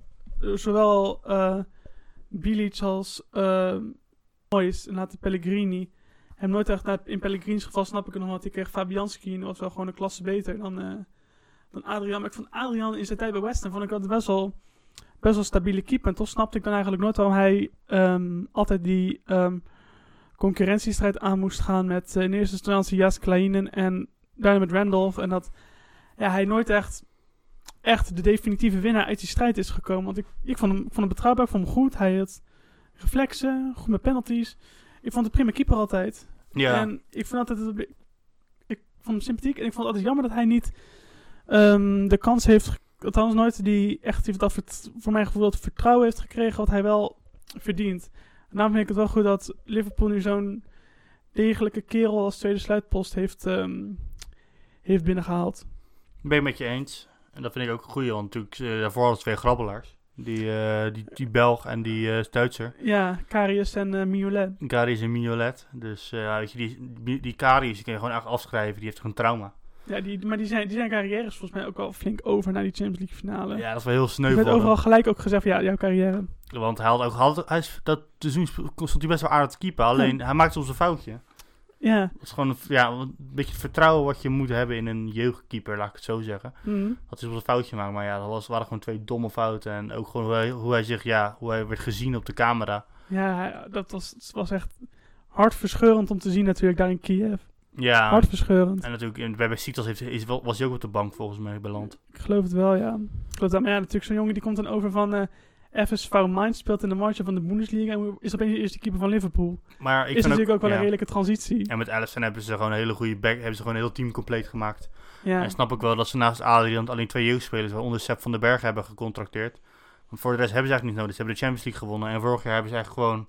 zowel uh, Bilic als uh, Moyes en later Pellegrini hem nooit echt, nou, in Pellegrini's geval snap ik het nog, want die kreeg Fabianski en was wel gewoon een klasse beter dan, uh, dan Adrian. Maar ik vond Adrian in zijn tijd bij West Ham vond ik altijd best wel, best wel stabiele keeper. En toch snapte ik dan eigenlijk nooit waarom hij um, altijd die um, concurrentiestrijd aan moest gaan met uh, in eerste instantie Jas Kleinen en daarna met Randolph. En dat ja, hij nooit echt, echt de definitieve winnaar uit die strijd is gekomen. Want ik, ik, vond, hem, ik vond hem betrouwbaar, ik vond hem goed. Hij had reflexen, goed met penalties. Ik vond het prima keeper altijd. Ja. En ik vond altijd, ik, ik vond hem sympathiek. En ik vond het altijd jammer dat hij niet um, de kans heeft, althans nooit die echt dat vert, voor mijn gevoel dat vertrouwen heeft gekregen wat hij wel verdient. En daarom vind ik het wel goed dat Liverpool nu zo'n degelijke kerel als tweede sluitpost heeft, um, heeft binnengehaald. Ben ik met je eens. En dat vind ik ook een goeie, want natuurlijk uh, daarvoor hadden ze twee grabbelaars. Die, uh, die, die Belg en die uh, Duitser. Ja, Karius en uh, Mignolet. Karius en Mignolet. Dus uh, weet je, die, die, die Karius die kun je gewoon echt afschrijven. Die heeft toch een trauma. Ja, die, maar die zijn, die zijn carrières volgens mij ook wel flink over naar die Champions League finale. Ja, dat is wel heel sneu. Er werd voor overal hem. gelijk ook gezegd van ja, jouw carrière. Want hij had ook had, hij is, dat seizoen stond hij best wel aardig te keeper. Alleen Ja. hij maakt soms een foutje. Ja. Dat is gewoon een, ja, een beetje het vertrouwen wat je moet hebben in een jeugdkeeper, laat ik het zo zeggen. Mm. Dat hij soms een foutje maakt. Maar ja, dat was, waren gewoon twee domme fouten. En ook gewoon hoe hij, hoe hij zich, ja, hoe hij werd gezien op de camera. Ja, hij- dat was, het was echt hartverscheurend om te zien natuurlijk daar in Kiev. Ja, Hartverscheurend. en natuurlijk in- bij Besiktas heeft, is, wel- was hij ook op de bank volgens mij beland. Ik geloof het wel, ja. Ik geloof dat, maar ja, natuurlijk zo'n jongen die komt dan over van uh, F S V Mainz, speelt in de marge van de Bundesliga en is opeens de eerste keeper van Liverpool. Maar ik is vind natuurlijk ook, wel ja. een redelijke transitie. En met Alisson hebben ze gewoon een hele goede back, hebben ze gewoon een heel team compleet gemaakt. Ja. En snap ik wel dat ze naast Adrian alleen twee jeugdspelers, waaronder Sepp van den Berg, hebben gecontracteerd. Want voor de rest hebben ze eigenlijk niet nodig. Ze hebben de Champions League gewonnen en vorig jaar hebben ze eigenlijk gewoon...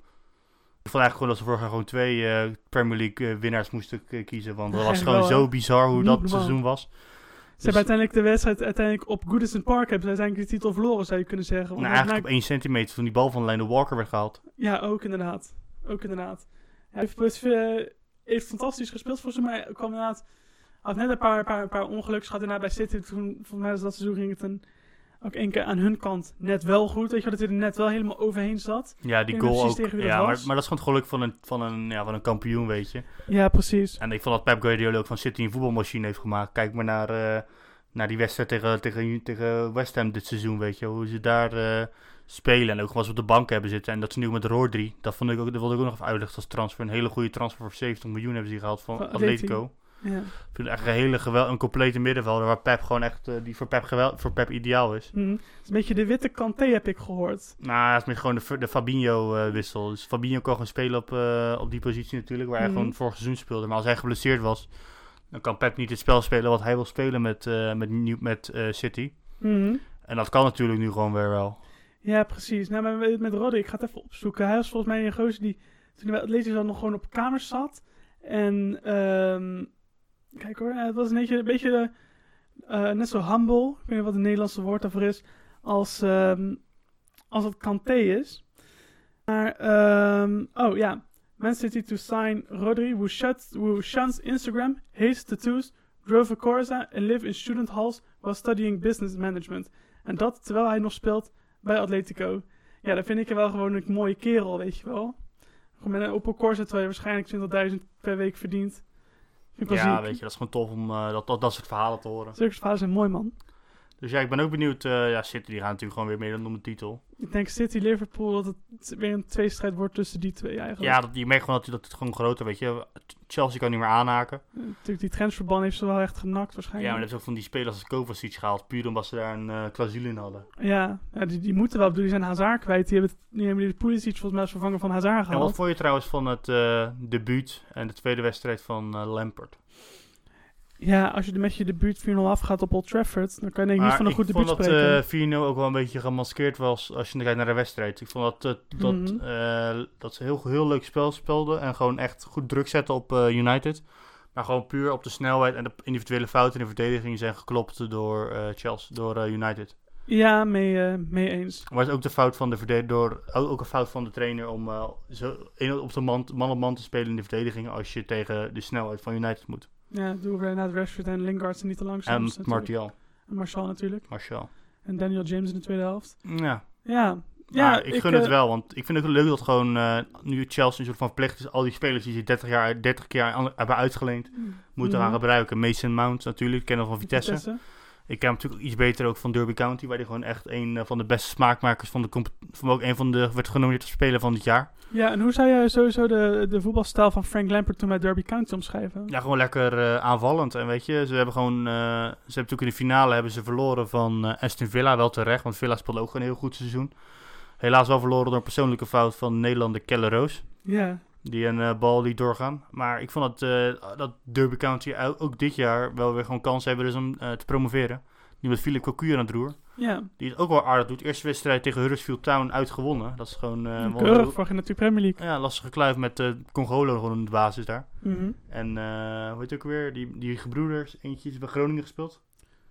Ik vond eigenlijk gewoon dat ze vorig jaar gewoon twee uh, Premier League uh, winnaars moesten k- kiezen. Want dat Ja, was echt gewoon wel, zo hè? bizar hoe Niet dat normaal. seizoen was. Ze Dus, hebben uiteindelijk de wedstrijd uiteindelijk op Goodison Park hebben ze uiteindelijk de titel verloren, zou je kunnen zeggen. Want nou, eigenlijk op uiteindelijk- één centimeter toen die bal van Lionel Walker werd gehaald. Ja, ook inderdaad. Ook inderdaad. Ja, Liverpool heeft, uh, heeft fantastisch gespeeld volgens mij. Er kwam inderdaad, had net een paar, paar, paar ongeluks gehad daarna bij City. Toen, volgens mij was dat seizoen ging het een, ook één keer aan hun kant net wel goed. Weet je wel, dat hij er net wel helemaal overheen zat. Ja, die Ik weet goal precies ook. tegen wie dat Ja, maar, was. maar dat is gewoon het geluk van een, van, een, ja, van een kampioen, weet je. Ja, precies. En ik vond dat Pep Guardiola ook van City een voetbalmachine heeft gemaakt. Kijk maar naar, uh, naar die wedstrijd tegen, tegen, tegen West Ham dit seizoen, weet je. Hoe ze daar uh, spelen en ook gewoon ze op de bank hebben zitten. En dat ze nu ook met Rodri, dat vond ik ook, dat wilde ik ook nog even uitleggen als transfer. Een hele goede transfer voor zeventig miljoen hebben ze die gehaald van Van Atletico. Ja. Ik vind het echt een hele geweld, een complete middenvelder waar Pep gewoon echt, uh, die voor Pep, geweld, voor Pep ideaal is. Mm. Het is een beetje de witte Kanté, heb ik gehoord. Nou, het is meer gewoon de, de Fabinho-wissel. Uh, dus Fabinho kon gewoon spelen op, uh, op die positie natuurlijk, waar mm. hij gewoon vorig seizoen speelde. Maar als hij geblesseerd was, dan kan Pep niet het spel spelen wat hij wil spelen met, uh, met, met, met uh, City. Mm. En dat kan natuurlijk nu gewoon weer wel. Ja, precies. Nou, maar met, met Rodri, ik ga het even opzoeken. Hij was volgens mij een gozer die, toen hij bij Atletico al nog gewoon op kamers zat. En, um, kijk hoor, het was een beetje, een beetje uh, net zo humble, ik weet niet wat het Nederlandse woord daarvoor is, als, um, als het Kanté is. Maar, um, oh ja, Man City to sign Rodri, who, shut, who shuns Instagram, hates tattoos, drove a Corsa and live in student halls while studying business management. En dat terwijl hij nog speelt bij Atletico. Ja, dat vind ik wel gewoon een mooie kerel, weet je wel. Gewoon met een Opel Corsa terwijl je waarschijnlijk twintigduizend per week verdient. Vind ik wel ja, ziek. weet je, dat is gewoon tof om uh, dat, dat, dat soort verhalen te horen. Zulke verhalen zijn mooi, man. Dus ja, ik ben ook benieuwd. Uh, ja, City die gaan natuurlijk gewoon weer meedoen om de titel. Ik denk City-Liverpool dat het weer een tweestrijd wordt tussen die twee eigenlijk. Ja, dat, je merkt gewoon dat, dat het gewoon groter, weet je. Chelsea kan niet meer aanhaken. Uh, natuurlijk, die transferban heeft ze wel echt genakt waarschijnlijk. Ja, maar dat is ook van die spelers als Kovacic gehaald, puur omdat ze daar een uh, clausule in hadden. Ja, ja die, die moeten wel, bedoel, die zijn Hazard kwijt. Die hebben, die hebben die Pulisic volgens mij als vervanger van Hazard gehaald. En wat vond je trouwens van het uh, debuut en de tweede wedstrijd van uh, Lampard? Ja, als je met je debuut vier nul afgaat op Old Trafford, dan kan je denk ik niet van een goed debuut spreken. Ik vond dat uh, vier nul ook wel een beetje gemaskeerd was als je kijkt naar de wedstrijd. Ik vond dat, uh, dat, mm-hmm. uh, dat ze heel, heel leuk spel speelden en gewoon echt goed druk zetten op uh, United. Maar gewoon puur op de snelheid en de individuele fouten in de verdediging zijn geklopt door uh, Chelsea, door uh, United. Ja, mee, uh, mee eens. Maar het is ook de fout van de verdediger, ook een fout van de trainer om uh, zo op de man, man op man te spelen in de verdediging als je tegen de snelheid van United moet. Ja, doen we naar Rashford en Lingard zijn niet te langzaam. En Martial. En Martial natuurlijk. Martial. En Daniel James in de tweede helft. Ja. Ja. Ja, ah, ik, ik gun uh, het wel, want ik vind het ook leuk dat gewoon uh, nu Chelsea een soort van verplicht is. Al die spelers die ze dertig jaar, dertig keer aan, hebben uitgeleend, mm. moeten mm. gaan gebruiken. Mason Mount natuurlijk, kennen van Vitesse. Vitesse. Ik ken hem natuurlijk iets beter ook van Derby County, waar hij gewoon echt een uh, van de beste smaakmakers van de comp- van ook een van de werd genomineerd tot speler van dit jaar. Ja, en hoe zou jij sowieso de, de voetbalstijl van Frank Lampard toen bij Derby County omschrijven? Ja, gewoon lekker uh, aanvallend. En weet je, ze hebben gewoon, uh, ze hebben natuurlijk in de finale hebben ze verloren van uh, Aston Villa, wel terecht, want Villa speelde ook een heel goed seizoen. Helaas wel verloren door een persoonlijke fout van de Nederlander Kelle Roos. Ja. Die een uh, bal liet doorgaan. Maar ik vond dat, uh, dat Derby County ook dit jaar wel weer gewoon kans hebben dus om uh, te promoveren. Die met Philip Cocu aan het roer. Ja. Die het ook wel aardig doet. Eerste wedstrijd tegen Huddersfield Town uitgewonnen. Dat is gewoon... Uh, Keurig voor natuurlijk Premier League. Ja, lastige kluif met uh, Congolo gewoon in de basis daar. Mm-hmm. En uh, hoe heet het ook weer? Die, die gebroeders. Eentje is bij Groningen gespeeld.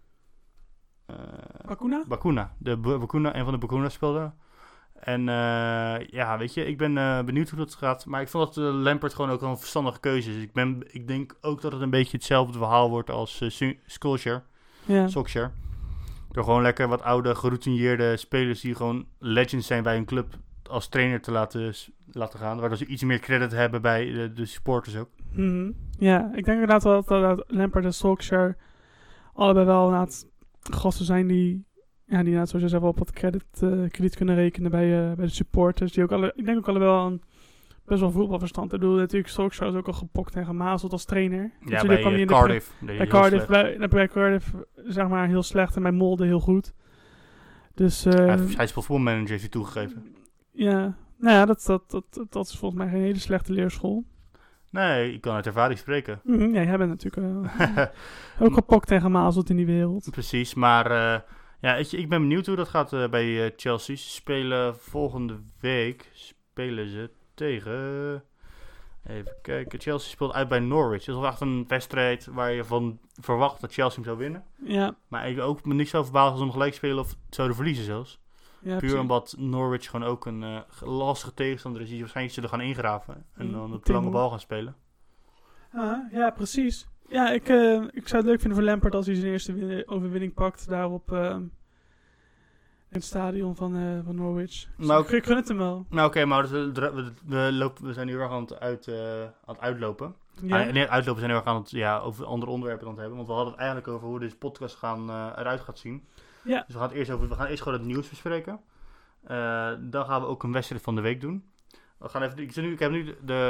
Uh, Bakuna? Bakuna. De Bakuna, een van de Bakuna speelde. En uh, ja, weet je, ik ben uh, benieuwd hoe dat gaat. Maar ik vond dat uh, Lampard gewoon ook een verstandige keuze is. Dus ik, ben, ik denk ook dat het een beetje hetzelfde verhaal wordt als uh, Solskjaer. Ja. Solskjaer. Door gewoon lekker wat oude, geroutineerde spelers die gewoon legends zijn bij een club als trainer te laten, laten gaan. Waardoor ze iets meer credit hebben bij de, de supporters ook. Mm-hmm. Ja, ik denk inderdaad dat, dat Lampard en Solskjaer allebei wel inderdaad gasten zijn die... Ja, die inderdaad, zoals je zei, wel op wat credit, uh, krediet kunnen rekenen bij, uh, bij de supporters. Die ook alle, ik denk ook allebei een best wel voetbalverstand. Ik bedoel, natuurlijk, Solskjaer is ook al gepokt en gemazeld als trainer. Ja, bij uh, Cardiff. Pre- bij Cardiff, bij, bij Cardiff, zeg maar, heel slecht en bij Molde heel goed. Dus... Uh, hij, hij is voetbalmanager, heeft hij toegegeven. Ja, nou ja, dat, dat, dat, dat is volgens mij geen hele slechte leerschool. Nee, ik kan uit ervaring spreken. Mm-hmm, ja, jij bent natuurlijk uh, ook gepokt en gemazeld in die wereld. Precies, maar... Uh, Ja, weet je, ik ben benieuwd hoe dat gaat uh, bij uh, Chelsea. Ze spelen volgende week spelen ze tegen... Even kijken. Chelsea speelt uit bij Norwich. Dat is wel echt een wedstrijd waar je van verwacht dat Chelsea hem zou winnen. Ja. Maar ik ook me niet zo verbaasd als ze hem gelijk spelen of zouden verliezen zelfs. Ja, puur omdat Norwich gewoon ook een uh, lastige tegenstander is die waarschijnlijk zullen gaan ingraven. En mm, dan op de lange bal gaan spelen. Ah, ja, precies. Ja, ik, uh, ik zou het leuk vinden voor Lampard als hij zijn eerste overwinning pakt daarop uh, in het stadion van, uh, van Norwich. Dus maar ik, ik gun het hem wel. Nou oké, okay, maar we, we, we, lopen, we zijn nu heel erg aan het, uit, uh, aan het uitlopen. Ja. Ah, nee, uitlopen zijn heel erg aan het ja, over andere onderwerpen aan het hebben. Want we hadden het eigenlijk over hoe deze podcast gaan, uh, eruit gaat zien. Ja. Dus we gaan, het eerst over, we gaan eerst gewoon het nieuws bespreken. Uh, dan gaan we ook een wedstrijd van de week doen. We gaan even, ik, nu, ik heb nu de...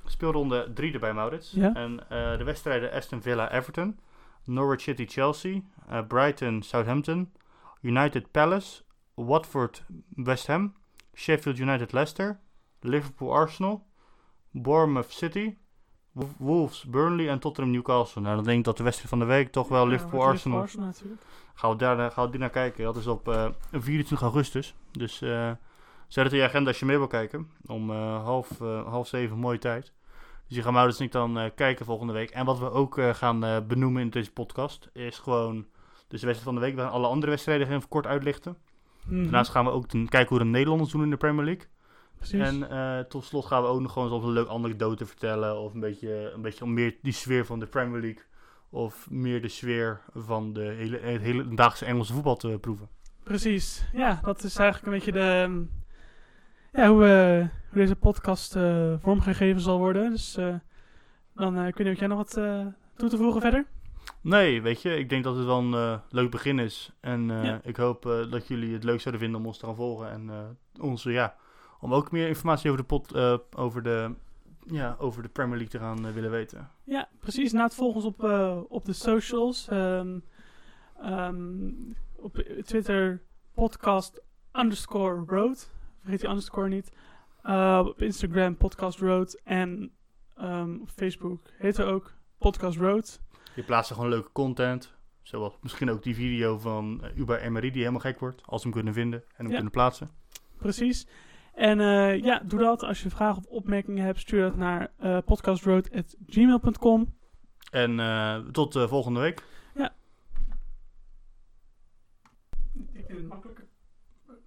speelronde drie erbij, Maurits. Ja. En uh, de wedstrijden Aston Villa-Everton, Norwich City-Chelsea, uh, Brighton-Southampton, United Palace, Watford-West Ham, Sheffield United-Leicester, Liverpool-Arsenal, Bournemouth-City, Wolves-Burnley en Tottenham-Newcastle. Nou, dan denk ik dat de wedstrijd van de week toch wel Ja, Liverpool-Arsenal... Liverpool, natuurlijk. Gaan we, daar, gaan we die naar kijken. Dat is op uh, vierentwintig augustus. Dus uh, zet het in je agenda als je mee wil kijken. Om uh, half, uh, half zeven, mooie tijd. Dus die gaan Maurits en ik dan uh, kijken volgende week. En wat we ook uh, gaan uh, benoemen in deze podcast is gewoon... Dus de wedstrijd van de week. We gaan alle andere wedstrijden even kort uitlichten. Mm-hmm. Daarnaast gaan we ook ten, kijken hoe de Nederlanders doen in de Premier League. Precies. En uh, tot slot gaan we ook nog gewoon zo'n een leuk anekdote vertellen. Of een beetje, een beetje om meer die sfeer van de Premier League... Of meer de sfeer van de hele, het hele dagelijkse Engelse voetbal te proeven. Precies. Ja, dat is eigenlijk een beetje de... Um, ja, hoe, uh, hoe deze podcast uh, vormgegeven zal worden. Dus uh, dan uh, kun je, jij nog wat uh, toe te voegen verder? Nee, weet je, ik denk dat het wel een uh, leuk begin is. En uh, ja. ik hoop uh, dat jullie het leuk zouden vinden om ons te gaan volgen. En uh, ons, uh, ja, om ook meer informatie over de, pod, uh, over de, ja, over de Premier League te gaan uh, willen weten. Ja, precies. Na het volgen ons op, uh, op de socials. Um, um, op Twitter podcast underscore road. Vergeet die underscore niet. Uh, op Instagram podcast road. En um, op Facebook heet er ook podcast road. Je plaatst er gewoon leuke content. Zoals misschien ook die video van uh, Uba Emery die helemaal gek wordt. Als we hem kunnen vinden en hem ja. kunnen plaatsen. Precies. En uh, ja, doe dat. Als je vragen of opmerkingen hebt, stuur dat naar uh, podcastroad at gmail dot com. En uh, tot uh, volgende week.